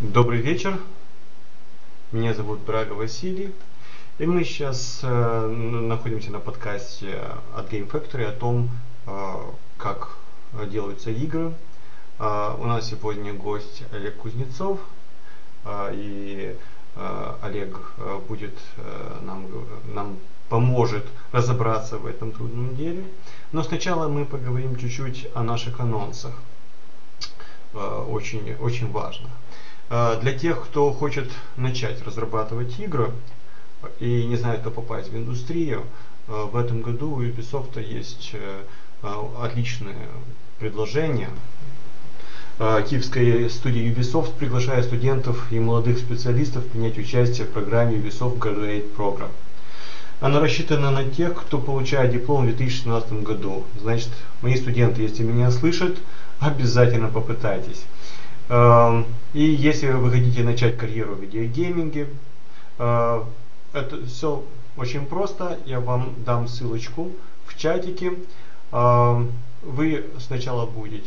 Добрый вечер, меня зовут Брага Василий, и мы сейчас находимся на подкасте от Game Factory о том, как делаются игры. У нас сегодня гость Олег Кузнецов, и Олег будет нам поможет разобраться в этом трудном деле. Но сначала мы поговорим чуть-чуть о наших анонсах, очень, очень важно. Для тех, кто хочет начать разрабатывать игры и не знает, как попасть в индустрию, в этом году у Ubisoft есть отличное предложение. Киевская студия Ubisoft приглашает студентов и молодых специалистов принять участие в программе Ubisoft Graduate Program. Она рассчитана на тех, кто получает диплом в 2016 году. Значит, мои студенты, если меня слышат, обязательно попытайтесь. И если вы хотите начать карьеру в видеогейминге, это все очень просто. Я вам дам ссылочку в чатике. Вы сначала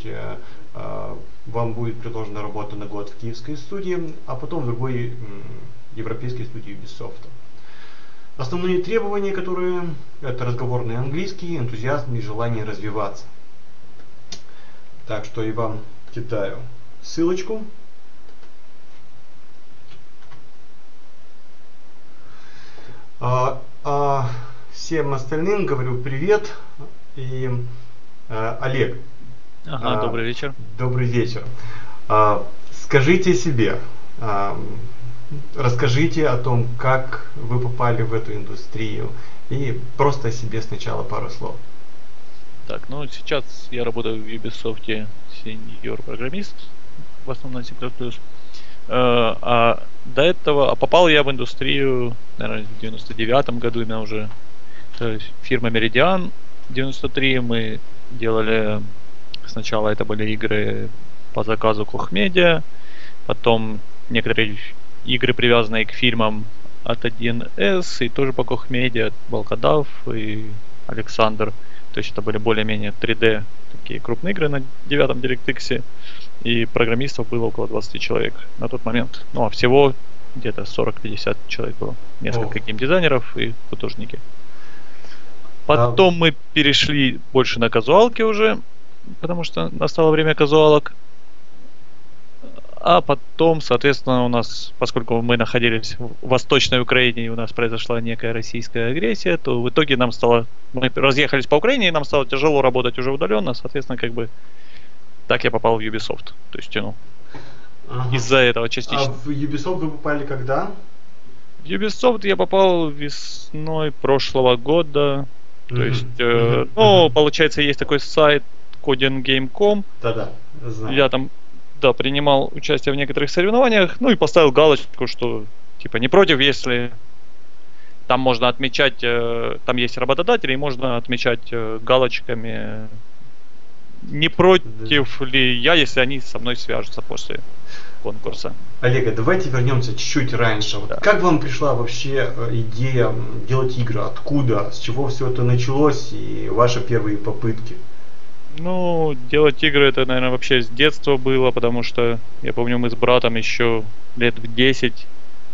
вам будет предложена работа на год в киевской студии, а потом в другой европейской студии Ubisoft. Основные требования, это разговорный английский, энтузиазм и желание развиваться. Так что и вам кидаю ссылочку. Всем остальным говорю привет. И Олег. Добрый вечер. Добрый вечер. Скажите себе, расскажите о том, как вы попали в эту индустрию. И просто о себе сначала пару слов. Так, сейчас я работаю в Ubisoft сеньор-программист, в основном на C++. А до этого попал я в индустрию, наверное, в 99-м году именно уже. То есть фирма Meridian 93. Мы делали, сначала это были игры по заказу Koch Media, потом некоторые игры, привязанные к фильмам от 1С, и тоже по Koch Media, Волкодав и Александр. То есть это были более-менее 3D такие крупные игры на 9-м DirectX, и программистов было около 20 человек на тот момент. А всего где-то 40-50 человек было. Несколько геймдизайнеров и художники. Потом мы перешли больше на казуалки уже, потому что настало время казуалок. А потом, соответственно, у нас, поскольку мы находились в Восточной Украине и у нас произошла некая российская агрессия, то в итоге мы разъехались по Украине, и нам стало тяжело работать уже удаленно, соответственно, так я попал в Ubisoft. То есть, из-за этого частично. А в Ubisoft вы попали когда? В Ubisoft я попал весной прошлого года. То есть, получается, есть такой сайт codinggame.com. Да-да, знаю. Я там принимал участие в некоторых соревнованиях, и поставил галочку, что не против, если там можно отмечать, там есть работодатели, и можно отмечать галочками, не против ли я, если они со мной свяжутся после конкурса. Олег, давайте вернемся чуть-чуть раньше. Да. Как вам пришла вообще идея делать игры? Откуда? С чего все это началось и ваши первые попытки? Делать игры это, наверное, вообще с детства было, потому что я помню, мы с братом еще лет в 10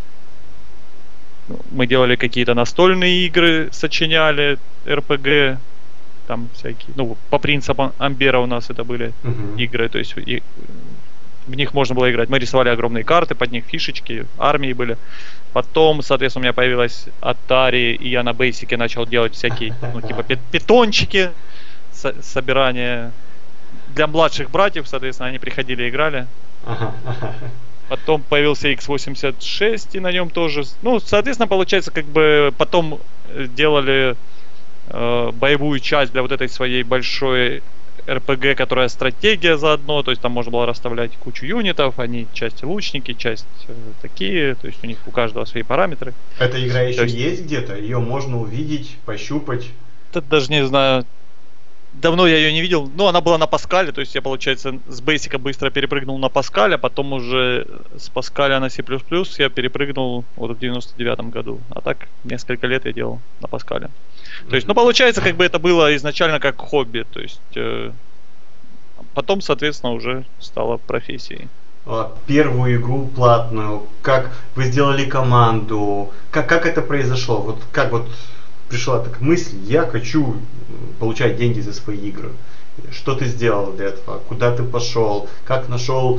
мы делали какие-то настольные игры, сочиняли, РПГ, там всякие, по принципам Амбера у нас это были игры, то есть в них можно было играть. Мы рисовали огромные карты, под них фишечки, армии были. Потом, соответственно, у меня появилась Atari, и я на Basic начал делать всякие, питончики, собирание для младших братьев, соответственно, они приходили и играли. Потом появился X86, и на нем тоже. Соответственно, получается, потом делали боевую часть для вот этой своей большой РПГ, которая стратегия заодно, то есть там можно было расставлять кучу юнитов, они часть лучники, часть такие, то есть у них у каждого свои параметры. Эта игра еще есть где-то? Ее можно увидеть, пощупать? Даже не знаю. Давно я ее не видел. Она была на Паскале, то есть я, получается, с Basic быстро перепрыгнул на Паскале, а потом уже с Паскаля на C++ я перепрыгнул в 99-м году. А так несколько лет я делал на Паскале. То есть, получается, это было изначально как хобби, то есть потом, соответственно, уже стало профессией. первую игру платную, как вы сделали команду, как это произошло, вот как вот пришла такая мысль, я хочу получать деньги за свои игры. Что ты сделал для этого? Куда ты пошел? Как нашел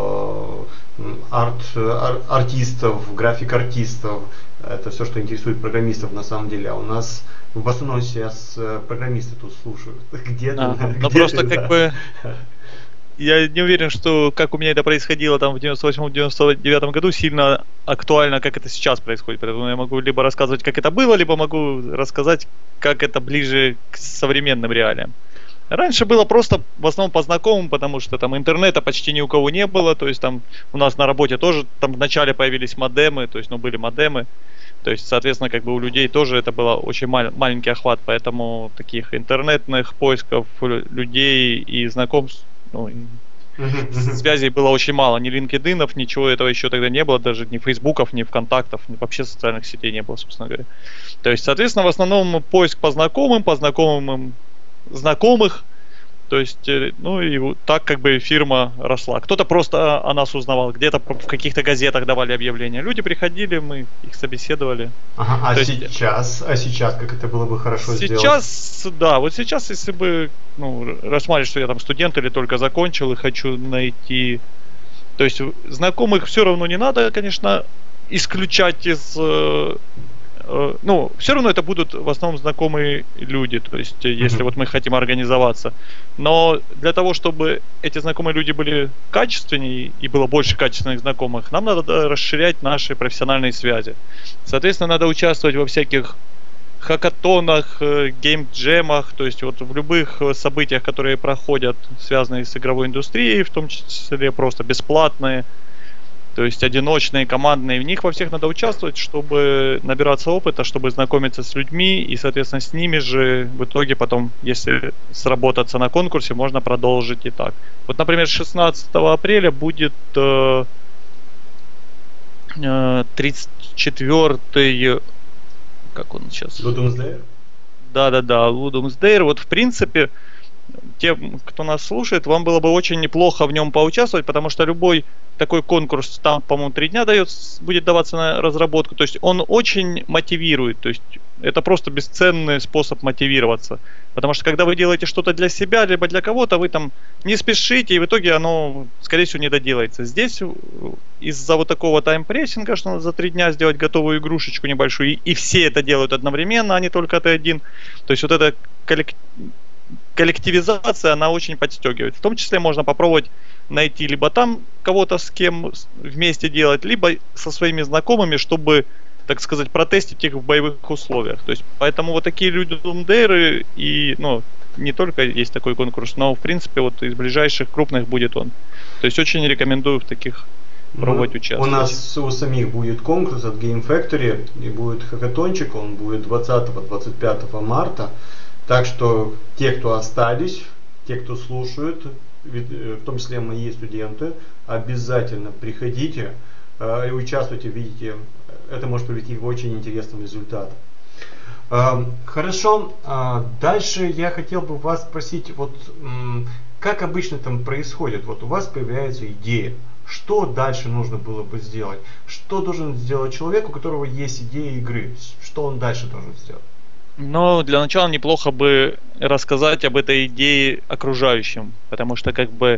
артистов, график-артистов? Это все, что интересует программистов на самом деле. А у нас в основном сейчас программисты тут слушают. Где ты? Но просто как бы я не уверен, что как у меня это происходило там в 98-99 году, сильно актуально, как это сейчас происходит. Поэтому я могу либо рассказывать, как это было, либо могу рассказать, как это ближе к современным реалиям. Раньше было просто в основном по знакомым, потому что там интернета почти ни у кого не было. То есть там у нас на работе тоже там вначале появились модемы, то есть были модемы. То есть, соответственно, как бы у людей тоже это был очень маленький охват, поэтому таких интернетных поисков людей и знакомств, связей было очень мало. Ни LinkedIn, ничего этого еще тогда не было, даже ни Фейсбуков, ни ВКонтактов, ни вообще социальных сетей не было, собственно говоря. То есть, соответственно, в основном поиск по знакомым знакомых. То есть, ну и вот так как бы фирма росла. Кто-то просто о нас узнавал, где-то в каких-то газетах давали объявления. Люди приходили, мы их собеседовали. Ага, сейчас как это было бы хорошо сделать? Сейчас, да, вот сейчас, если бы, рассматривать, что я там студент или только закончил и хочу найти... То есть, знакомых все равно не надо, конечно, исключать из... все равно это будут в основном знакомые люди, то есть, если вот мы хотим организоваться. Но для того, чтобы эти знакомые люди были качественнее и было больше качественных знакомых, нам надо расширять наши профессиональные связи. Соответственно, надо участвовать во всяких хакатонах, геймджемах, то есть вот в любых событиях, которые проходят, связанные с игровой индустрией, в том числе просто бесплатные. То есть одиночные, командные, в них во всех надо участвовать, чтобы набираться опыта, чтобы знакомиться с людьми, и, соответственно, с ними же в итоге потом, если сработаться на конкурсе, можно продолжить и так. Вот, например, 16 апреля будет 34-й, как он сейчас? Ludum's Dare? Да, Ludum's Dare. Вот, в принципе, тем, кто нас слушает, вам было бы очень неплохо в нем поучаствовать, потому что любой такой конкурс, там, по-моему, 3 дня будет даваться на разработку, то есть он очень мотивирует, то есть это просто бесценный способ мотивироваться, потому что когда вы делаете что-то для себя, либо для кого-то, вы там не спешите, и в итоге оно, скорее всего, не доделается. Здесь из-за вот такого таймпрессинга, что надо за 3 дня сделать готовую игрушечку небольшую, и все это делают одновременно, а не только ты один, то есть вот это коллективизация, она очень подстегивает. В том числе можно попробовать найти либо там кого-то, с кем вместе делать, либо со своими знакомыми, чтобы, так сказать, протестить их в боевых условиях. То есть, поэтому вот такие Ludum's Dare, и, не только есть такой конкурс, но, в принципе, вот из ближайших крупных будет он. То есть, очень рекомендую в таких пробовать участвовать. У нас у самих будет конкурс от Game Factory, и будет хакатончик, он будет 20-25 марта. Так что те, кто остались, те, кто слушают, в том числе мои студенты, обязательно приходите и участвуйте, видите, это может привести к очень интересным результатам. Хорошо, дальше я хотел бы вас спросить, вот как обычно там происходит, вот у вас появляется идея, что дальше нужно было бы сделать, что должен сделать человек, у которого есть идея игры, что он дальше должен сделать? Но для начала неплохо бы рассказать об этой идее окружающим, потому что как бы,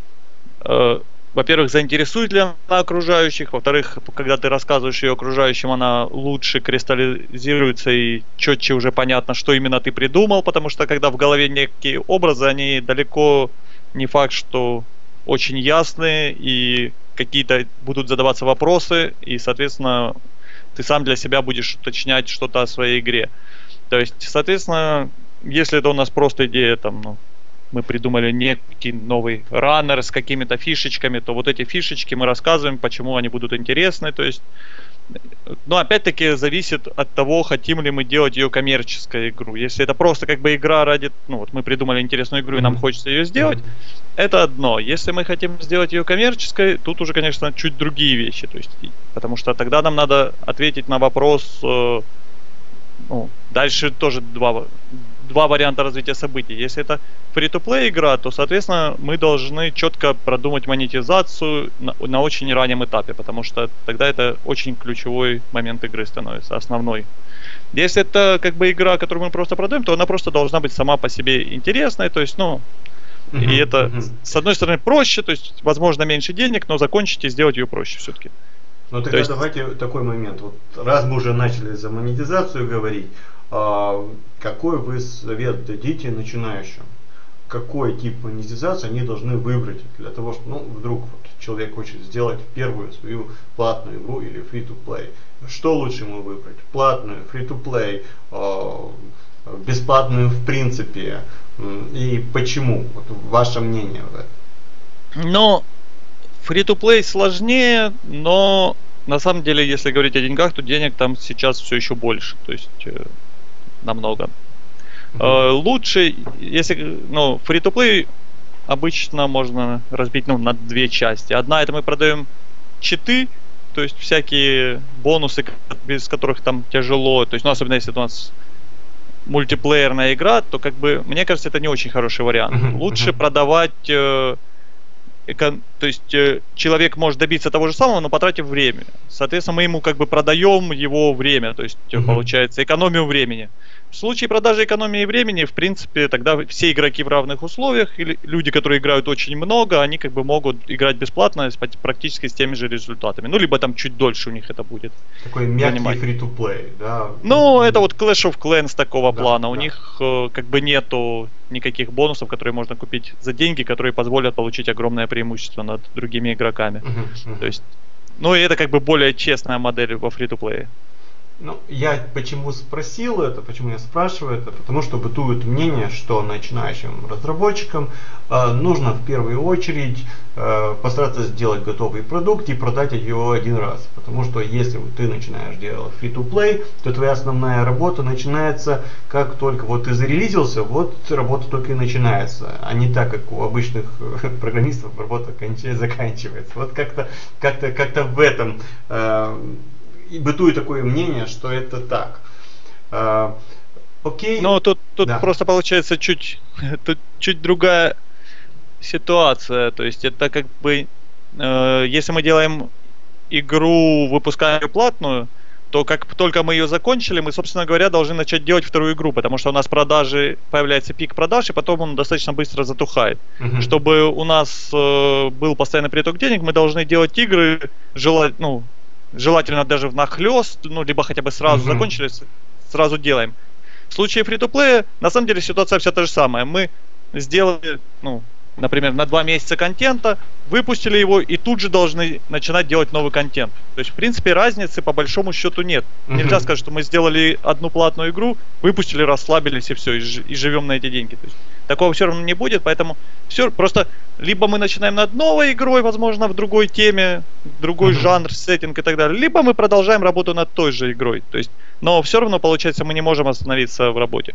во-первых, заинтересует ли она окружающих, во-вторых, когда ты рассказываешь ее окружающим, она лучше кристаллизируется и четче уже понятно, что именно ты придумал, потому что когда в голове некие образы, они далеко не факт, что очень ясные, и какие-то будут задаваться вопросы, и, соответственно, ты сам для себя будешь уточнять что-то о своей игре. То есть, соответственно, если это у нас просто идея, там, мы придумали некий новый раннер с какими-то фишечками, то вот эти фишечки мы рассказываем, почему они будут интересны. То есть, опять-таки зависит от того, хотим ли мы делать ее коммерческой игру. Если это просто как бы игра ради, вот мы придумали интересную игру и нам хочется ее сделать, это одно. Если мы хотим сделать ее коммерческой, тут уже, конечно, чуть другие вещи. То есть, потому что тогда нам надо ответить на вопрос. Дальше тоже два варианта развития событий. Если это free-to-play игра, то, соответственно, мы должны четко продумать монетизацию на очень раннем этапе, потому что тогда это очень ключевой момент игры становится, основной. Если это как бы игра, которую мы просто продаем, то она просто должна быть сама по себе интересной, то есть, ну, и это, с одной стороны, проще, то есть, возможно, меньше денег, но закончить и сделать ее проще все-таки. Ну тогда давайте такой момент. Вот раз мы уже начали за монетизацию говорить, какой вы совет дадите начинающим? Какой тип монетизации они должны выбрать для того, чтобы, ну, вдруг вот человек хочет сделать первую свою платную игру или free-to-play? Что лучше ему выбрать? Платную, free-to-play, бесплатную в принципе? И почему? Вот ваше мнение в этом. Но free-to-play сложнее, но на самом деле, если говорить о деньгах, то денег там сейчас все еще больше, то есть намного. Лучше, если, ну, free-to-play обычно можно разбить, ну, на две части. Одна — это мы продаем читы, то есть всякие бонусы, без которых там тяжело, то есть, ну, особенно если это у нас мультиплеерная игра, то, как бы, мне кажется, это не очень хороший вариант. Лучше продавать, то есть человек может добиться того же самого, но потратив время. Соответственно, мы ему как бы продаем его время, то есть получается экономию времени. В случае продажи экономии времени, в принципе, тогда все игроки в равных условиях, или люди, которые играют очень много, они как бы могут играть бесплатно практически с теми же результатами. Ну, либо там чуть дольше у них это будет. Такой мягкий free-to-play, да? Ну, это вот Clash of Clans такого плана. У них как бы нету никаких бонусов, которые можно купить за деньги, которые позволят получить огромное преимущество над другими игроками. То есть, ну, и это как бы более честная модель во free-to-play. Ну, я почему спросил это, почему я спрашиваю это, потому что бытует мнение, что начинающим разработчикам нужно в первую очередь постараться сделать готовый продукт и продать его один раз. Потому что если ты начинаешь делать free-to-play, то твоя основная работа начинается, как только вот ты зарелизился, вот работа только и начинается. А не так, как у обычных программистов работа заканчивается. Вот как-то в этом... И бытует такое мнение, что это так. Окей. Но тут просто получается чуть другая ситуация. То есть это как бы, если мы делаем игру, выпускаем ее платную, то как только мы ее закончили, мы, собственно говоря, должны начать делать вторую игру, потому что у нас продажи, появляется пик продаж, и потом он достаточно быстро затухает. Чтобы у нас был постоянный приток денег, мы должны делать игры, желательно даже внахлёст, ну, либо хотя бы сразу закончили, сразу делаем. В случае фри-то-плея, на самом деле, ситуация вся та же самая. Мы сделали, ну, например, на 2 месяца контента, выпустили его и тут же должны начинать делать новый контент. То есть, в принципе, разницы по большому счету нет. Нельзя сказать, что мы сделали одну платную игру, выпустили, расслабились и все, и живем на эти деньги. То есть, такого все равно не будет, поэтому все просто либо мы начинаем над новой игрой, возможно, в другой теме, другой жанр, сеттинг и так далее, либо мы продолжаем работу над той же игрой. То есть, но все равно, получается, мы не можем остановиться в работе.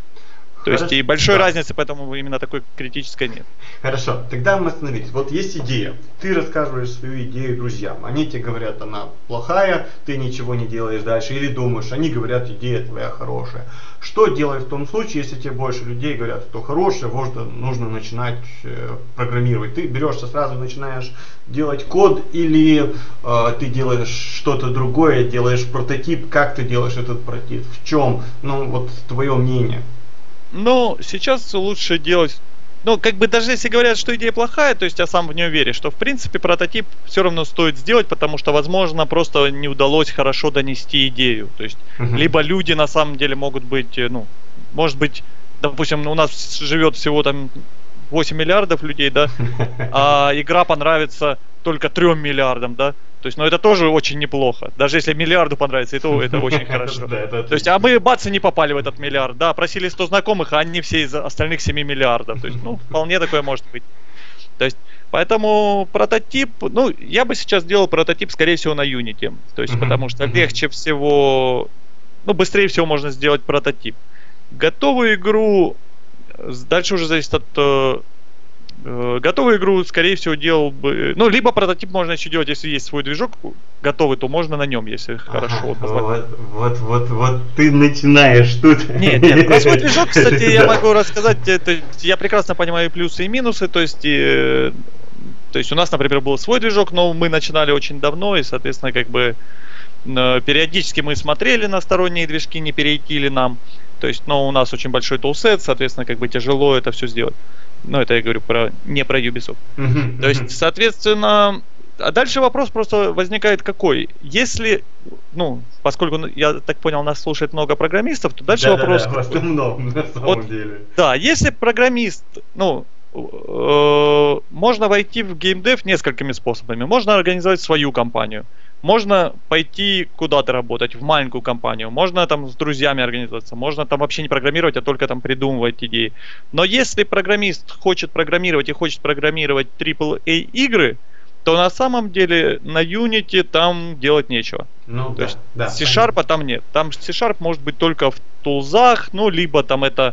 То есть и большой разницы, поэтому именно такой критической нет. Хорошо, тогда мы остановились. Вот есть идея. Ты рассказываешь свою идею друзьям. Они тебе говорят, она плохая, ты ничего не делаешь дальше. Или думаешь, они говорят, идея твоя хорошая. Что делать в том случае, если тебе больше людей говорят, что хорошее, нужно начинать программировать? Ты берешься сразу, начинаешь делать код, или ты делаешь что-то другое, делаешь прототип. Как ты делаешь этот прототип? В чем? Ну, вот твое мнение. Ну, сейчас лучше делать... Ну, как бы даже если говорят, что идея плохая, то есть я сам в нее верю, что в принципе прототип все равно стоит сделать, потому что, возможно, просто не удалось хорошо донести идею. То есть, либо люди на самом деле могут быть, ну, может быть, допустим, у нас живет всего там 8 миллиардов людей, да, а игра понравится только 3 миллиардам, да. То есть, ну это тоже очень неплохо. Даже если миллиарду понравится, это очень хорошо. То есть, а мы бац и не попали в этот миллиард. Да, просили 100 знакомых, а они все из остальных 7 миллиардов. То есть, ну, вполне такое может быть. То есть, поэтому прототип, ну, я бы сейчас делал прототип, скорее всего, на Unity. То есть, потому что легче всего, ну, быстрее всего можно сделать прототип. Готовую игру, дальше уже зависит от Готовую игру, скорее всего, делал бы... Ну, либо прототип можно еще делать, если есть свой движок готовый, то можно на нем, если хорошо. Вот ты начинаешь тут. Нет, про свой движок, кстати, я Да. могу рассказать. Я прекрасно понимаю плюсы и минусы. То есть у нас, например, был свой движок, но мы начинали очень давно, и, соответственно, как бы периодически мы смотрели на сторонние движки, не перейти ли нам. То есть, но у нас очень большой тулсет, соответственно, как бы тяжело это все сделать. Ну, это я говорю не про Ubisoft. То есть, соответственно, а дальше вопрос просто возникает какой? Если, ну, поскольку, я так понял, нас слушает много программистов, то дальше вопрос... Да, в основном, на самом деле. Да, если программист, ну, можно войти в геймдев несколькими способами. Можно организовать свою компанию. Можно пойти куда-то работать, в маленькую компанию. Можно там с друзьями организоваться. Можно там вообще не программировать, а только там придумывать идеи. Но если программист хочет программировать и хочет программировать AAA игры, то на самом деле на Unity там делать нечего. Ну, то есть да, C-Sharp там нет. Там C-Sharp может быть только в тулзах, ну, либо там это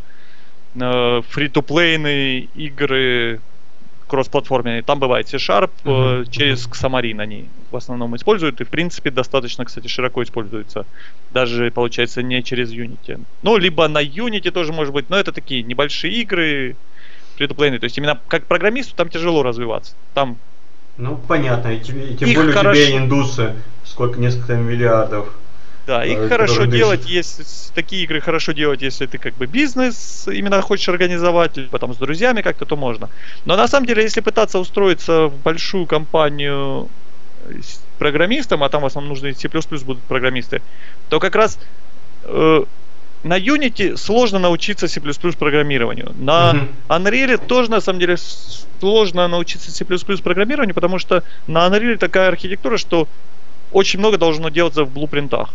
фри-то-плейные игры кроссплатформенные. Там бывает C-Sharp, через Xamarin они в основном используют. И в принципе достаточно, кстати, широко используется. Даже, получается, не через Unity. Ну, либо на Unity тоже может быть. Но это такие небольшие игры фри-то-плейные. То есть именно как программисту там тяжело развиваться. Там... Ну, понятно. И тем более у тебя индусы. Сколько? Несколько миллиардов. Да, их хорошо делать, если такие игры хорошо делать, если ты как бы бизнес именно хочешь организовать, или потом с друзьями как-то, то можно. Но на самом деле, если пытаться устроиться в большую компанию с программистом, а там в основном нужны C++ будут программисты, то как раз на Unity сложно научиться C++ программированию. На Unreal тоже на самом деле сложно научиться C++ программированию, потому что на Unreal такая архитектура, что очень много должно делаться в блупринтах.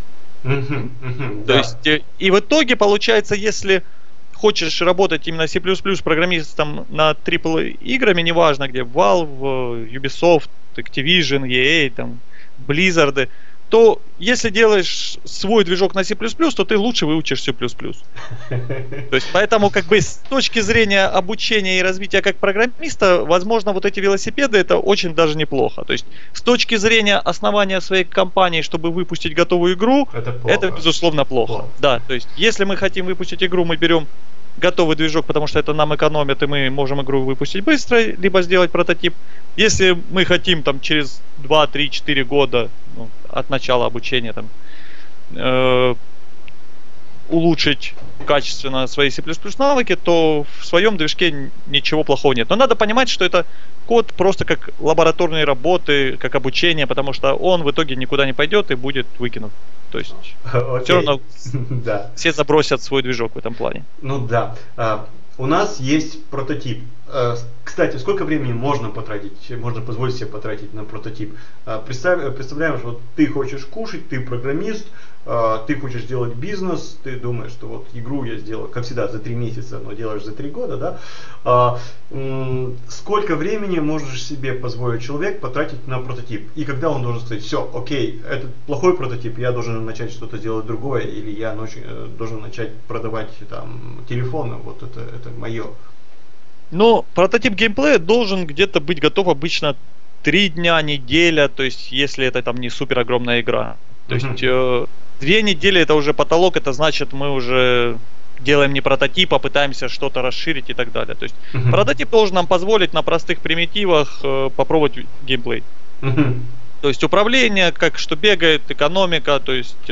То есть, и в итоге получается, если хочешь работать именно C++ программистом над AAA играми, неважно где, Valve, Ubisoft, Activision, EA, там, Blizzard, то если делаешь свой движок на C++, то ты лучше выучишь C++. То есть, поэтому как бы с точки зрения обучения и развития как программиста, возможно, вот эти велосипеды это очень даже неплохо. То есть, с точки зрения основания своей компании, чтобы выпустить готовую игру, это безусловно плохо. Да, то есть, если мы хотим выпустить игру, мы берем готовый движок, потому что это нам экономит, и мы можем игру выпустить быстро, либо сделать прототип. Если мы хотим там через 2, 3, 4 года от начала обучения там, улучшить качественно свои C++ навыки, то в своем движке ничего плохого нет. Но надо понимать, что это код просто как лабораторные работы, как обучение, потому что он в итоге никуда не пойдет и будет выкинут. То есть все равно все забросят свой движок в этом плане. Ну да. У нас есть прототип. Кстати, сколько времени можно позволить себе потратить на прототип? Представляем, что вот ты хочешь кушать, ты программист, ты хочешь делать бизнес, ты думаешь, что вот игру я сделаю, как всегда, за 3 месяца, но делаешь за 3 года, да? Сколько времени можешь себе позволить человек потратить на прототип? И когда он должен сказать, все, окей, это плохой прототип, я должен начать что-то делать другое, или я должен начать продавать там телефоны, вот это мое. Но прототип геймплея должен где-то быть готов обычно 3 дня, неделя, то есть если это там не супер огромная игра. То есть 2 недели это уже потолок, это значит мы уже делаем не прототип, а пытаемся что-то расширить и так далее. То есть прототип должен нам позволить на простых примитивах попробовать геймплей. То есть управление, как что бегает, экономика, то есть...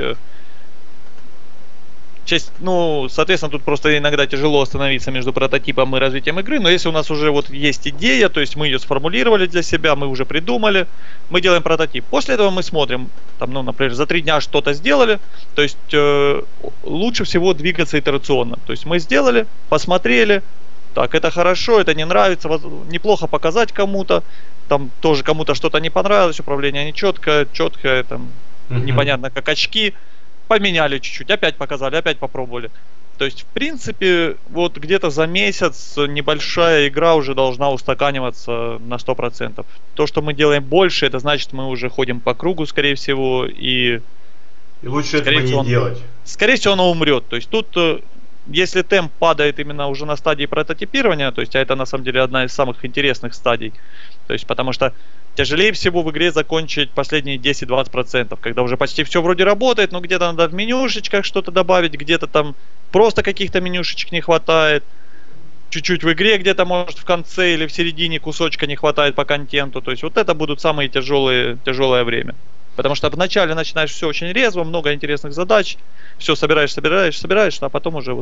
соответственно, тут просто иногда тяжело остановиться между прототипом и развитием игры, но если у нас уже вот есть идея, то есть мы ее сформулировали для себя, мы уже придумали, мы делаем прототип. После этого мы смотрим, там, например, за 3 дня что-то сделали, то есть лучше всего двигаться итерационно. То есть мы сделали, посмотрели, так, это хорошо, это не нравится, неплохо показать кому-то, там тоже кому-то что-то не понравилось, управление нечеткое, четкое, там, непонятно как очки. Поменяли чуть-чуть, опять показали, опять попробовали. То есть, в принципе, вот где-то за месяц небольшая игра уже должна устаканиваться на 100%. То, что мы делаем больше, это значит, мы уже ходим по кругу, скорее всего, и лучше этого не делать. Скорее всего, оно умрет. То есть, тут если темп падает именно уже на стадии прототипирования, то есть, а это на самом деле одна из самых интересных стадий, то есть, потому что тяжелее всего в игре закончить последние 10-20%, когда уже почти все вроде работает, но где-то надо в менюшечках что-то добавить, где-то там просто каких-то менюшечек не хватает, чуть-чуть в игре где-то, может, в конце или в середине кусочка не хватает по контенту. То есть вот это будут самые тяжелое время. Потому что вначале начинаешь все очень резво, много интересных задач, все собираешь, а потом уже вот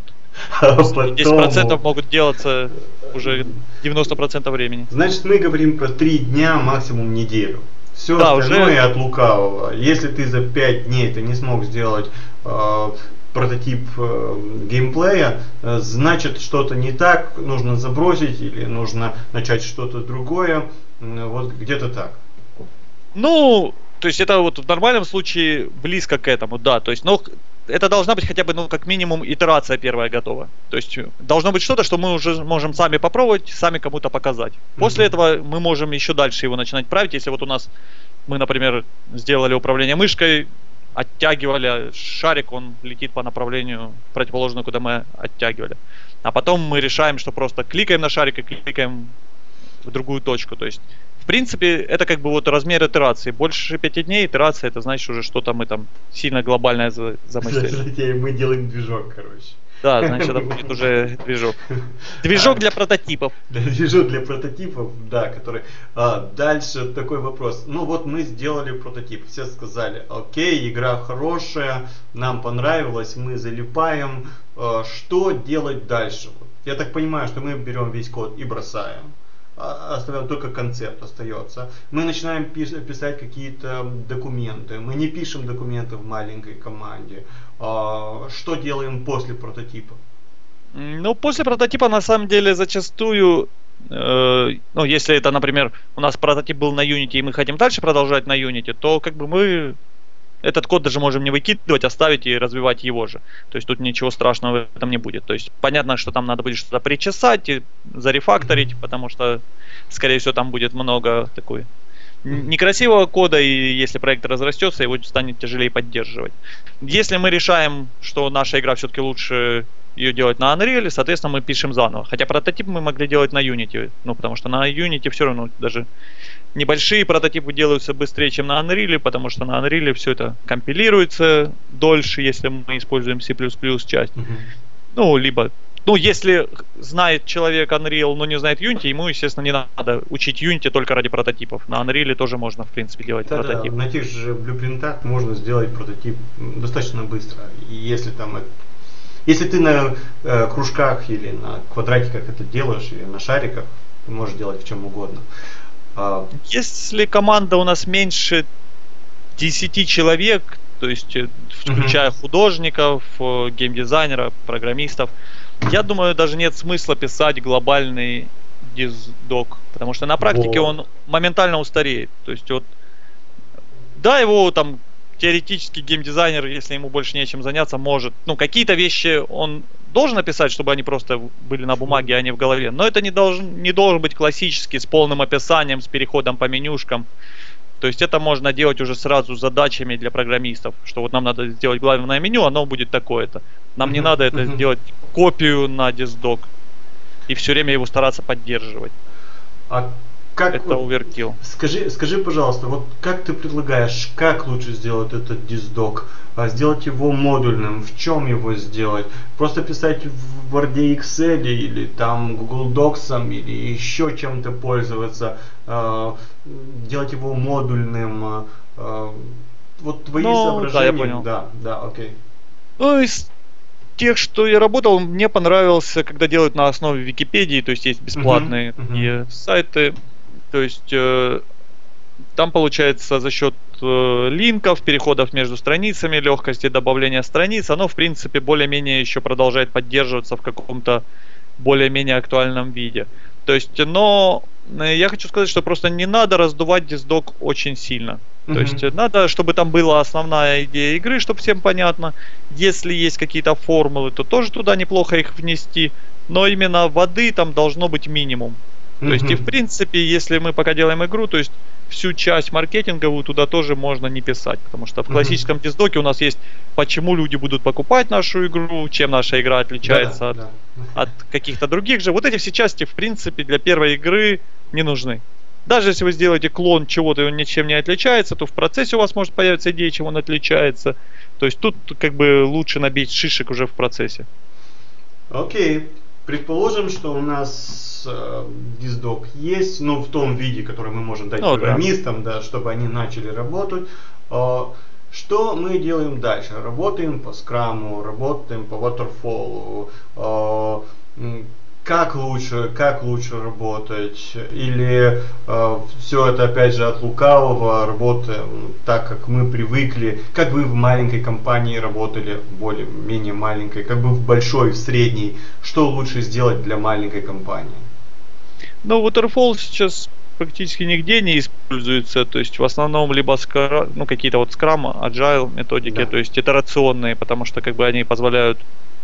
10% могут делаться уже 90% времени. Значит, мы говорим про 3 дня, максимум неделю. Все да, остальное уже от лукавого. Если ты за 5 дней ты не смог сделать прототип геймплея, значит что-то не так, нужно забросить или нужно начать что-то другое, вот где-то так. Ну, то есть это вот в нормальном случае близко к этому, да, то есть, но это должна быть хотя бы, ну, как минимум, итерация первая готова. То есть должно быть что-то, что мы уже можем сами попробовать, сами кому-то показать. После этого мы можем еще дальше его начинать править, если вот у нас, мы, например, сделали управление мышкой, оттягивали шарик, он летит по направлению противоположному, куда мы оттягивали. А потом мы решаем, что просто кликаем на шарик и кликаем в другую точку. То есть, в принципе, это как бы вот размер итерации. Больше 5 дней итерация, это значит уже что-то мы там сильно глобальное замыслили. Мы делаем движок, короче. Да, значит, это будет уже движок. Движок для прототипов. Движок для прототипов, да, который... дальше такой вопрос. Ну вот мы сделали прототип, все сказали, окей, игра хорошая, нам понравилось, мы залипаем. Что делать дальше? Я так понимаю, что мы берем весь код и бросаем. Оставляем только концепт остается. Мы начинаем писать какие-то документы. Мы не пишем документы в маленькой команде. Что делаем после прототипа? Ну, после прототипа на самом деле зачастую, ну, если это, например, у нас прототип был на Unity и мы хотим дальше продолжать на Unity, то как бы мы этот код даже можем не выкидывать, оставить и развивать его же. То есть тут ничего страшного в этом не будет. То есть понятно, что там надо будет что-то причесать и зарефакторить, потому что, скорее всего, там будет много такой некрасивого кода, и если проект разрастется, его станет тяжелее поддерживать. Если мы решаем, что наша игра все-таки лучше ее делать на Unreal, соответственно, мы пишем заново. Хотя прототип мы могли делать на Unity, ну, потому что на Unity все равно даже небольшие прототипы делаются быстрее, чем на Unreal, потому что на Unreal все это компилируется дольше, если мы используем C++ часть. Ну, либо, ну, если знает человек Unreal, но не знает Unity, ему, естественно, не надо учить Unity только ради прототипов. На Unreal тоже можно, в принципе, делать прототип. Да, на тех же блюпринтах можно сделать прототип достаточно быстро. И если там если ты на кружках или на квадратиках это делаешь, или на шариках, ты можешь делать в чем угодно. Если команда у нас меньше 10 человек, то есть включая художников, геймдизайнеров, программистов, я думаю, даже нет смысла писать глобальный диздок, потому что на практике он моментально устареет. То есть вот, да, его там теоретически геймдизайнер, если ему больше нечем заняться, может, ну, какие-то вещи он должен описать, чтобы они просто были на бумаге, а не в голове. Но это не должен быть классический, с полным описанием, с переходом по менюшкам. То есть это можно делать уже сразу с задачами для программистов, что вот нам надо сделать главное меню, оно будет такое-то. Нам не надо это сделать копию на диздок и все время его стараться поддерживать. Как это оверкилл. Скажи, пожалуйста, вот как ты предлагаешь, как лучше сделать этот диздок? Сделать его модульным, в чем его сделать? Просто писать в Word, Excel или там Google Docs или еще чем-то пользоваться? Делать его модульным? Вот твои соображения. Да, я понял. Да, окей. Ну, из тех, что я работал, мне понравился, когда делают на основе Википедии, то есть есть бесплатные сайты. То есть там получается за счет линков, переходов между страницами, легкости добавления страниц, оно в принципе более-менее еще продолжает поддерживаться в каком-то более-менее актуальном виде. То есть, но я хочу сказать, что просто не надо раздувать диздок очень сильно. То есть надо, чтобы там была основная идея игры, чтобы всем понятно. Если есть какие-то формулы, то тоже туда неплохо их внести. Но именно воды там должно быть минимум. То есть, и в принципе, если мы пока делаем игру, то есть всю часть маркетинговую туда тоже можно не писать, потому что в классическом диздоке у нас есть, почему люди будут покупать нашу игру, чем наша игра отличается от каких-то других же. Вот эти все части, в принципе, для первой игры не нужны. Даже если вы сделаете клон чего-то, и он ничем не отличается, то в процессе у вас может появиться идея, чем он отличается. То есть тут как бы лучше набить шишек уже в процессе. Окей. Предположим, что у нас диздок есть, но в том виде, который мы можем дать программистам, да, чтобы они начали работать. Что мы делаем дальше? Работаем по скраму, работаем по waterfall. Как лучше работать? Или все это опять же от лукавого, работаем так, как мы привыкли? Как вы в маленькой компании работали, более-менее маленькой, как бы в большой, в средней? Что лучше сделать для маленькой компании? Ну, waterfall сейчас практически нигде не используется, то есть в основном либо какие-то вот Scrum, Agile методики, то есть итерационные, потому что как бы они позволяют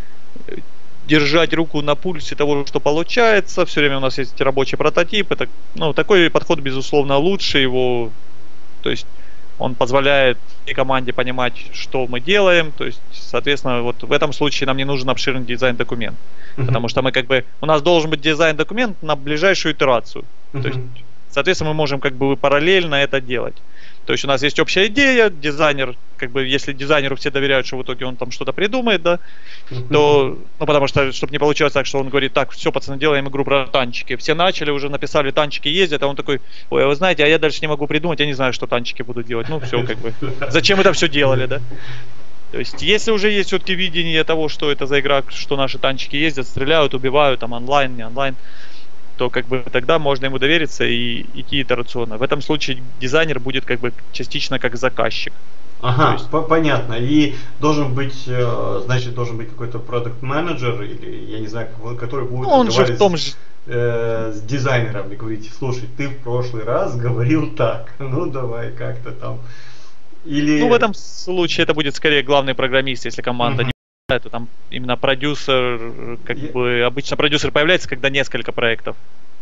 держать руку на пульсе того, что получается. Все время у нас есть рабочий прототип. Это, такой подход, безусловно, лучше его. То есть он позволяет и команде понимать, что мы делаем. То есть, соответственно, вот в этом случае нам не нужен обширный дизайн-документ. Потому что у нас должен быть дизайн-документ на ближайшую итерацию. То есть, соответственно, мы можем параллельно это делать. То есть у нас есть общая идея, дизайнер, если дизайнеру все доверяют, что в итоге он там что-то придумает, да, то, потому что, чтобы не получилось так, что он говорит, так, все, пацаны, делаем игру про танчики. Все начали, уже написали, танчики ездят, а он такой, ой, а вы знаете, а я дальше не могу придумать, я не знаю, что танчики будут делать. Ну, все, зачем это все делали, да? То есть, если уже есть все-таки видение того, что это за игра, что наши танчики ездят, стреляют, убивают, там, онлайн, не онлайн, то тогда можно ему довериться и идти итерационно. В этом случае дизайнер будет частично как заказчик. Ага, понятно. И должен быть какой-то продакт-менеджер или, я не знаю, который будет разговаривать с дизайнером и говорить, слушай, ты в прошлый раз говорил так, ну давай как-то там. Или... в этом случае это будет скорее главный программист, если команда не то там именно продюсер, обычно продюсер появляется, когда несколько проектов.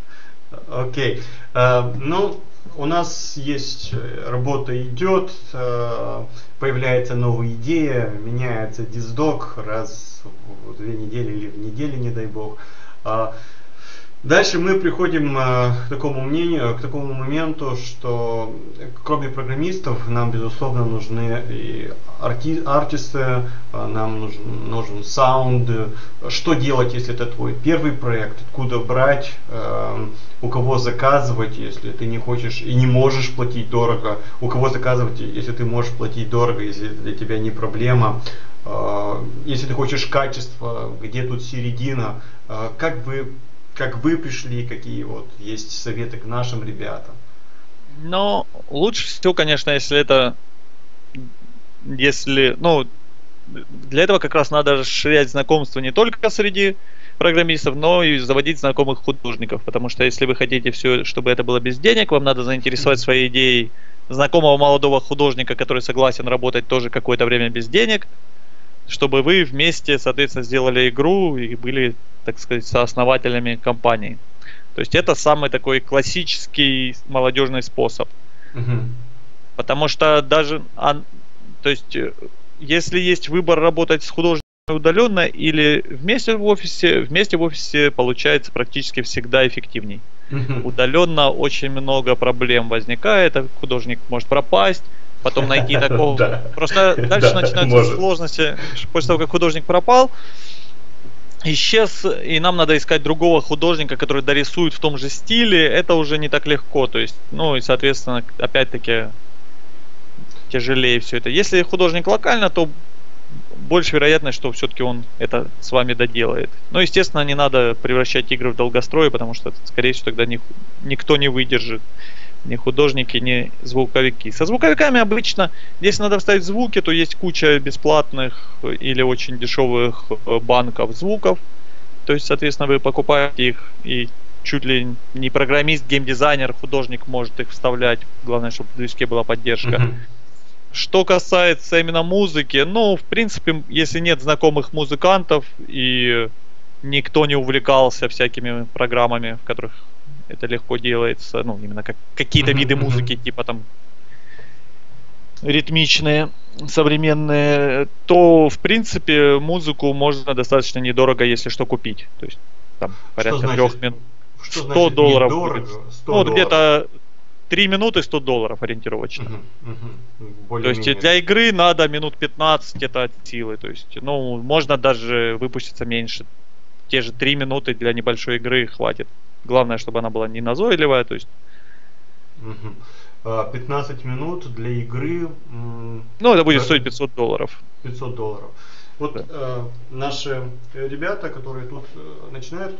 Окей. У нас есть, работа идет, появляется новая идея, меняется диздок раз в 2 недели или в неделю, не дай бог. Дальше мы приходим к такому мнению, к такому моменту, что кроме программистов нам безусловно нужны и артисты, нам нужен саунд. Что делать, если это твой первый проект, откуда брать, у кого заказывать, если ты не хочешь и не можешь платить дорого, у кого заказывать, если ты можешь платить дорого, если это для тебя не проблема. Если ты хочешь качество, где тут середина, как вы пришли, какие есть советы к нашим ребятам? Лучше всего, конечно, для этого как раз надо расширять знакомство не только среди программистов, но и заводить знакомых художников, потому что если вы хотите все, чтобы это было без денег, вам надо заинтересовать своей идеей знакомого молодого художника, который согласен работать тоже какое-то время без денег, чтобы вы вместе, соответственно, сделали игру и были, так сказать, сооснователями компании. То есть это самый такой классический молодежный способ. Потому что если есть выбор работать с художником удаленно или вместе в офисе получается практически всегда эффективней. Удаленно очень много проблем возникает, художник может пропасть, потом найти такого. Просто дальше начинаются сложности. После того, как художник пропал, исчез, и нам надо искать другого художника, который дорисует в том же стиле. Это уже не так легко. То есть, и, соответственно, опять-таки тяжелее все это. Если художник локально, то больше вероятность, что все-таки он это с вами доделает. Но, естественно, не надо превращать игры в долгострой, потому что, скорее всего, тогда никто не выдержит. Ни художники, ни звуковики. Со звуковиками обычно, если надо вставить звуки, то есть куча бесплатных или очень дешевых банков звуков. То есть, соответственно, вы покупаете их, и чуть ли не программист, геймдизайнер, художник может их вставлять. Главное, чтобы в движке была поддержка. Что касается именно музыки, в принципе, если нет знакомых музыкантов и никто не увлекался всякими программами, в которых это легко делается, ну, именно как какие-то виды музыки, типа там ритмичные, современные, то, в принципе, музыку можно достаточно недорого, если что, купить. То есть там порядка 3 минут. Что 100 значит долларов недорого? будет. 100 Ну, вот долларов. где-то 3 минуты 100 долларов ориентировочно. То есть для игры надо минут 15 это от силы. То есть, ну, можно даже выпуститься меньше. Те же 3 минуты для небольшой игры хватит. Главное, чтобы она была не назойливая. То есть... 15 минут для игры. Ну, это будет стоить 500 долларов. 500 долларов. Вот да. Наши ребята, которые тут начинают,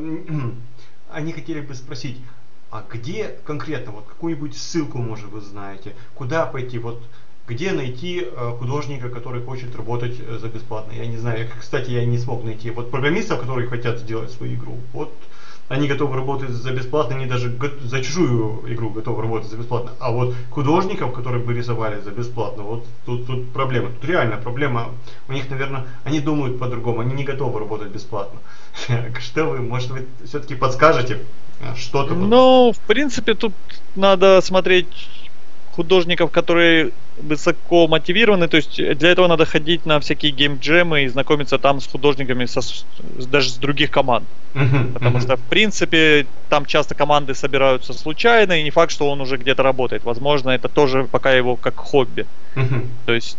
они хотели бы спросить, а где конкретно, вот какую-нибудь ссылку, может, вы знаете, куда пойти, вот где найти художника, который хочет работать за бесплатно? Я не знаю, кстати, я не смог найти. Вот программистов, которые хотят сделать свою игру, вот они готовы работать за бесплатно, они даже за чужую игру готовы работать за бесплатно. А вот художников, которые бы рисовали за бесплатно, вот тут проблема. Тут реально проблема. У них, наверное, они думают по-другому, они не готовы работать бесплатно. Что вы, может, вы все-таки подскажете что-то? Ну, в принципе, тут надо смотреть художников, которые высоко мотивированы, то есть для этого надо ходить на всякие геймджемы и знакомиться там с художниками даже с других команд. Потому что, в принципе, там часто команды собираются случайно, и не факт, что он уже где-то работает. Возможно, это тоже пока его как хобби. То есть,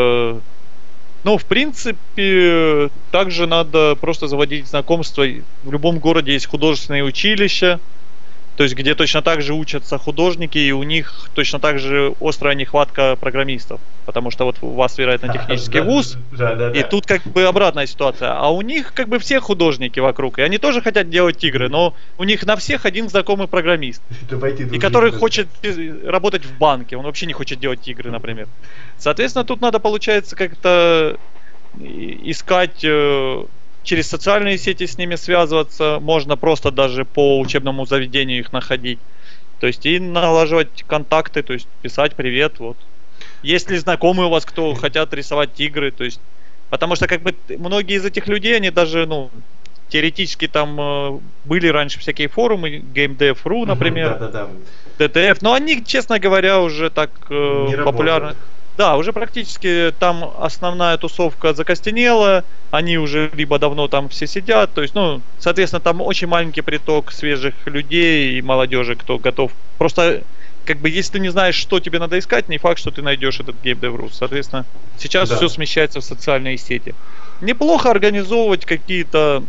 ну, в принципе, также надо просто заводить знакомства. В любом городе есть художественные училища, то есть где точно так же учатся художники, и у них точно так же острая нехватка программистов. Потому что вот у вас, вероятно, технический вуз, и тут как бы обратная ситуация. А у них как бы все художники вокруг, и они тоже хотят делать игры, но у них на всех один знакомый программист. И который хочет работать в банке, он вообще не хочет делать игры, например. Соответственно, тут надо, получается, как-то искать... Через социальные сети с ними связываться, можно просто даже по учебному заведению их находить. То есть и налаживать контакты, то есть писать привет, вот. Есть ли знакомые у вас, кто хотят рисовать игры, то есть, потому что как бы многие из этих людей, они даже, ну, теоретически там были раньше всякие форумы, GameDev.ru, например, DTF, но они, честно говоря, уже так популярны. Да, уже практически там основная тусовка закостенела, они уже либо давно там все сидят, то есть, ну, соответственно, там очень маленький приток свежих людей и молодежи, кто готов. Просто, как бы, если ты не знаешь, что тебе надо искать, не факт, что ты найдешь этот GameDev.ru. Соответственно, сейчас все смещается в социальные сети. Неплохо организовывать какие-то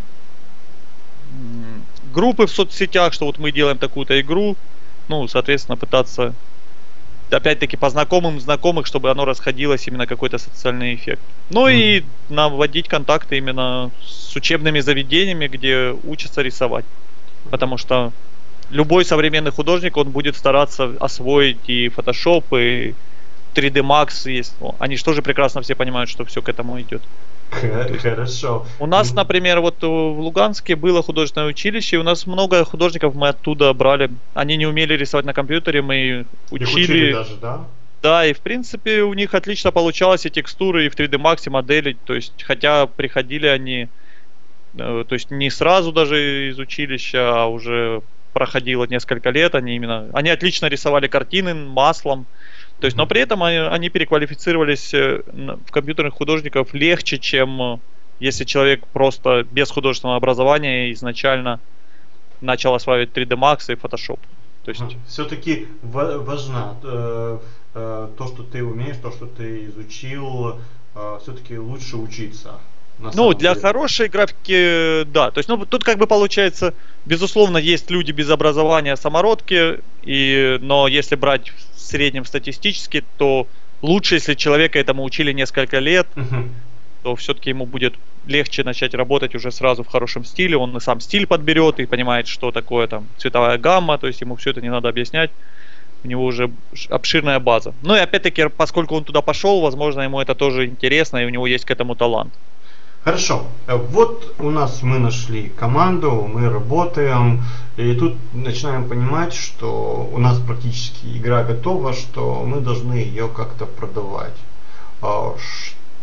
группы в соцсетях, что вот мы делаем такую-то игру, ну, соответственно, пытаться... опять-таки по знакомых, чтобы оно расходилось, именно какой-то социальный эффект. Ну и наводить контакты именно с учебными заведениями, где учатся рисовать. Потому что любой современный художник, он будет стараться освоить и Photoshop, и 3D Max есть. Они же тоже прекрасно все понимают, что все к этому идет. Хорошо. У нас, например, вот в Луганске было художественное училище, и у нас много художников мы оттуда брали. Они не умели рисовать на компьютере, мы учили даже, да? Да, и в принципе у них отлично получалось и текстуры, и в 3D Max, и модели. То есть, хотя приходили они, то есть не сразу даже из училища, а уже проходило несколько лет. Они отлично рисовали картины маслом. То есть, но при этом они переквалифицировались в компьютерных художников легче, чем если человек просто без художественного образования изначально начал осваивать 3D Max и Photoshop. То есть... Все-таки важно то, что ты умеешь, то, что ты изучил, все-таки лучше учиться. Ну, для хорошей графики, да. То есть, ну, тут как бы получается, безусловно, есть люди без образования, самородки, но если брать в среднем статистически, то лучше, если человека этому учили несколько лет, то все-таки ему будет легче начать работать уже сразу в хорошем стиле, он и сам стиль подберет и понимает, что такое там цветовая гамма, то есть ему все это не надо объяснять, у него уже обширная база. Ну и опять-таки, поскольку он туда пошел, возможно, ему это тоже интересно, и у него есть к этому талант. Хорошо, вот у нас мы нашли команду, мы работаем, и тут начинаем понимать, что у нас практически игра готова, что мы должны ее как-то продавать.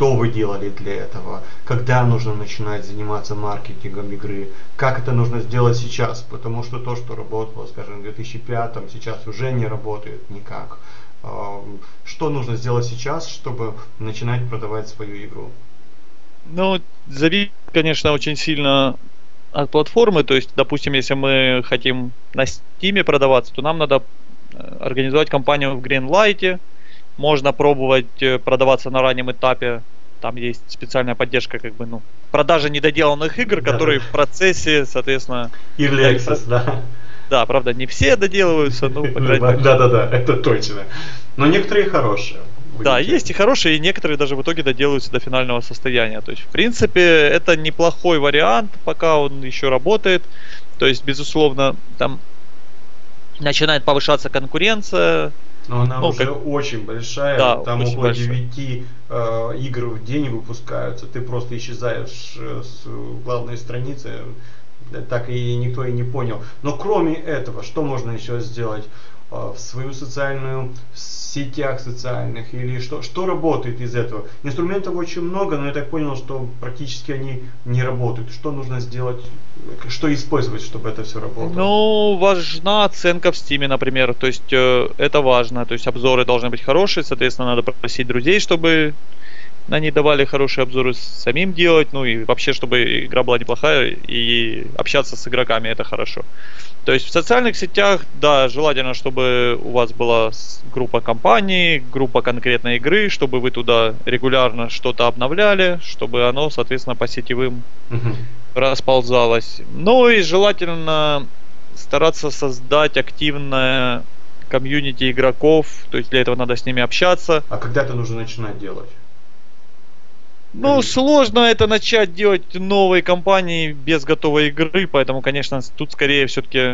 что вы делали для этого, когда нужно начинать заниматься маркетингом игры, как это нужно сделать сейчас, потому что то, что работало, скажем, в 2005, сейчас уже не работает никак. Что нужно сделать сейчас, чтобы начинать продавать свою игру? Ну, зависит, конечно, очень сильно от платформы. То есть, допустим, если мы хотим на Steam продаваться, то нам надо организовать кампанию в Greenlight. Можно пробовать продаваться на раннем этапе. Там есть специальная поддержка, как бы, ну, продажи недоделанных игр, Да, которые да. в процессе, соответственно... Early Access, да. Да, правда, не все доделываются, ну, по крайней мере. Да, это точно. Но некоторые хорошие. Да, есть и хорошие, и некоторые даже в итоге доделаются до финального состояния. То есть, в принципе, это неплохой вариант, пока он еще работает. То есть, безусловно, там начинает повышаться конкуренция. Но она Ну, уже как... очень большая, Да, там очень около большая. 9 игр в день выпускаются, ты просто исчезаешь с главной страницы, так и никто и не понял. Но кроме этого, что можно еще сделать в свою социальную сетях социальных или что работает из этого? Инструментов очень много, но я так понял, что практически они не работают. Что нужно сделать, что использовать, чтобы это все работало? Ну, важна оценка в Steam, например. То есть, это важно. То есть, обзоры должны быть хорошие, соответственно, надо просить друзей, чтобы они давали хорошие обзоры, самим делать, ну и вообще, чтобы игра была неплохая, и общаться с игроками, это хорошо. То есть в социальных сетях, да, желательно, чтобы у вас была группа компаний, группа конкретной игры, чтобы вы туда регулярно что-то обновляли, чтобы оно, соответственно, по сетевым расползалось. Ну и желательно стараться создать активное комьюнити игроков, то есть для этого надо с ними общаться. А когда это нужно начинать делать? Ну, сложно это начать делать новой компании без готовой игры, поэтому, конечно, тут скорее все-таки